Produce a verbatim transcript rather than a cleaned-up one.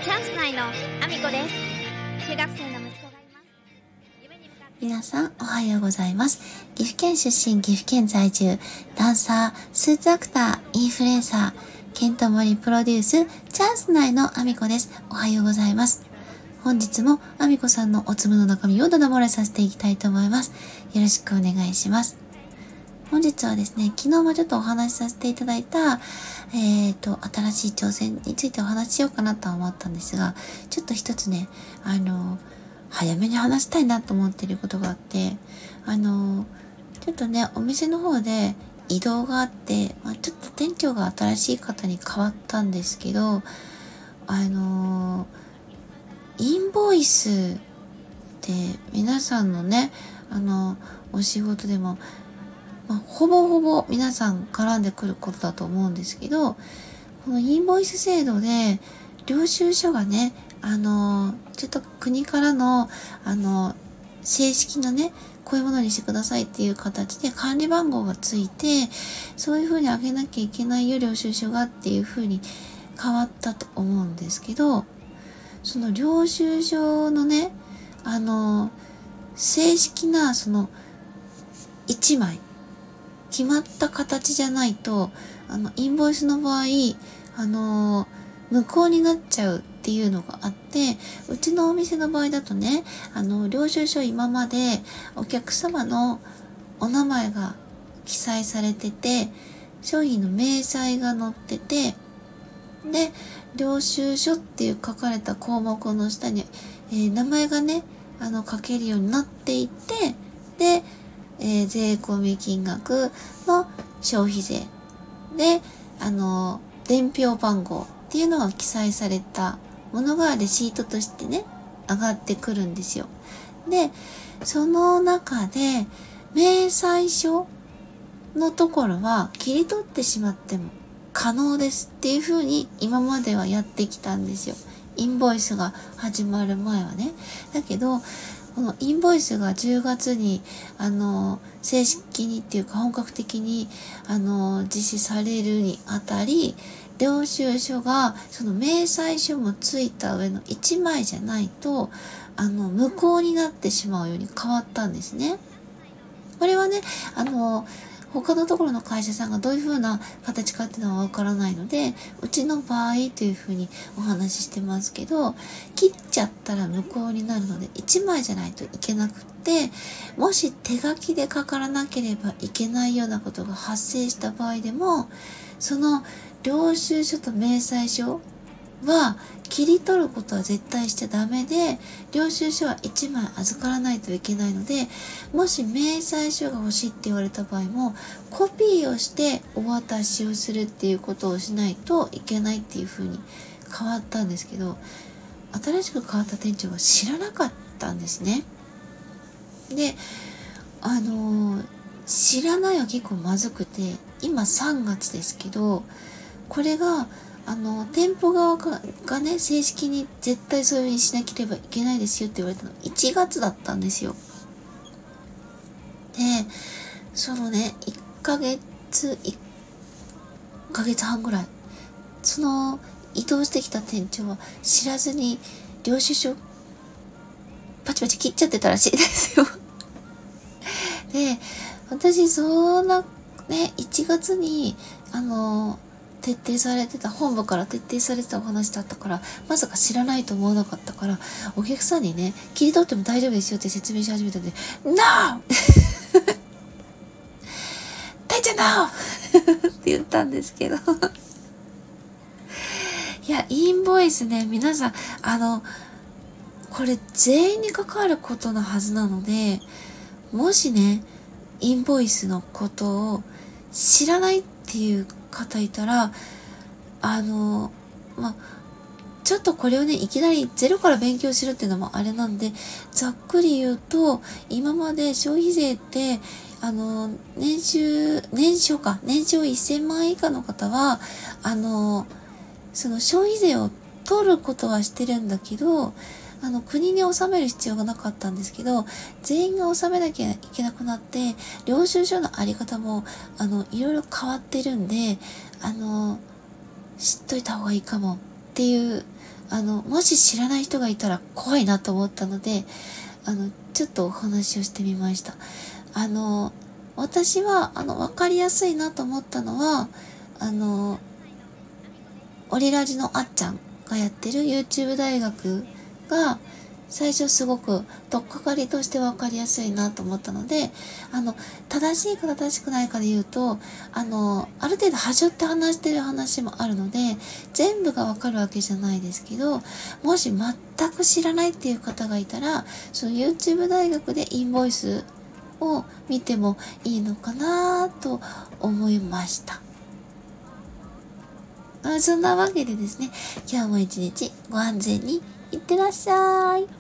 チャンス内のアミコです。中学生の息子がいます。 皆さんおはようございます。岐阜県出身、岐阜県在住、ダンサー、スーツアクター、インフルエンサー、ケントモリプロデュース、チャンス内のアミコです。おはようございます。本日もアミコさんのおつむの中身をだだ漏れさせていきたいと思います。よろしくお願いします。本日はですね、昨日もちょっとお話しさせていただいた、えーと、新しい挑戦についてお話ししようかなと思ったんですが、ちょっと一つね、あの、早めに話したいなと思っていることがあって、あの、ちょっとね、お店の方で移動があって、まあ、ちょっと店長が新しい方に変わったんですけど、あの、インボイスって皆さんのね、あの、お仕事でも、まあ、ほぼほぼ皆さん絡んでくることだと思うんですけど、このインボイス制度で領収書がね、あのちょっと国からのあの正式なね、こういうものにしてくださいっていう形で管理番号がついて、そういうふうにあげなきゃいけないよ領収書がっていうふうに変わったと思うんですけど、その領収書のね、あの正式なそのいちまい決まった形じゃないと、あのインボイスの場合、あの無効になっちゃうっていうのがあって、うちのお店の場合だとね、あの領収書今までお客様のお名前が記載されてて、商品の明細が載ってて、で領収書っていう書かれた項目の下に、えー、名前がね、あの書けるようになっていて、でえー、税込み金額の消費税で、あの伝票番号っていうのが記載されたものがレシートとしてね、上がってくるんですよ。で、その中で明細書のところは切り取ってしまっても可能ですっていう風に今まではやってきたんですよ。インボイスが始まる前はね。だけどこのインボイスがじゅうがつにあの正式にっていうか本格的にあの実施されるにあたり、領収書がその明細書もついた上のいちまいじゃないとあの無効になってしまうように変わったんですね。これはね、あの他のところの会社さんがどういう風な形かっていうのはわからないので、うちの場合という風にお話ししてますけど、切っちゃったら無効になるのでいちまいじゃないといけなくって、もし手書きで書からなければいけないようなことが発生した場合でも、その領収書と明細書は切り取ることは絶対しちゃダメで、領収書はいちまい預からないといけないので、もし明細書が欲しいって言われた場合もコピーをしてお渡しをするっていうことをしないといけないっていう風に変わったんですけど、新しく変わった店長は知らなかったんですね。で、あのー、知らないは結構まずくて、今さんがつですけど、これがあの店舗側がね、正式に絶対そういう風にしなければいけないですよって言われたのいちがつだったんですよ。で、そのね、いっかげついっかげつはんぐらい、その移動してきた店長は知らずに領収書パチパチ切っちゃってたらしいですよ。で、私そんなね、いちがつにあの徹底されてた、本部から徹底されてたお話だったから、まさか知らないと思わなかったから、お客さんにね、切り取っても大丈夫ですよって説明し始めたんで、NO! 大ちゃん NO! って言ったんですけどいや、インボイスね、皆さん、あの、これ全員に関わることなはずなので、もしね、インボイスのことを知らないっていう方いたら、あの、まあ、ちょっとこれをね、いきなりゼロから勉強するっていうのもあれなんで、ざっくり言うと、今まで消費税って、あの、年収、年商か、年商せんまん以下の方は、あの、その消費税を取ることはしてるんだけど、あの国に納める必要がなかったんですけど、全員が納めなきゃいけなくなって、領収書のあり方もあのいろいろ変わってるんで、あの知っといた方がいいかもっていうあの、もし知らない人がいたら怖いなと思ったので、あの、ちょっとお話をしてみました。あの、私は、あの、わかりやすいなと思ったのは、あの、オリラジのあっちゃんがやってる YouTube 大学が、最初すごく取っかかりとして分かりやすいなと思ったので、あの、正しいか正しくないかで言うと、あの、ある程度端折って話してる話もあるので、全部が分かるわけじゃないですけど、もし全く知らないっていう方がいたら、その YouTube 大学でインボイスを見てもいいのかなと思いました。そんなわけでですね、今日も一日ご安全にいってらっしゃい。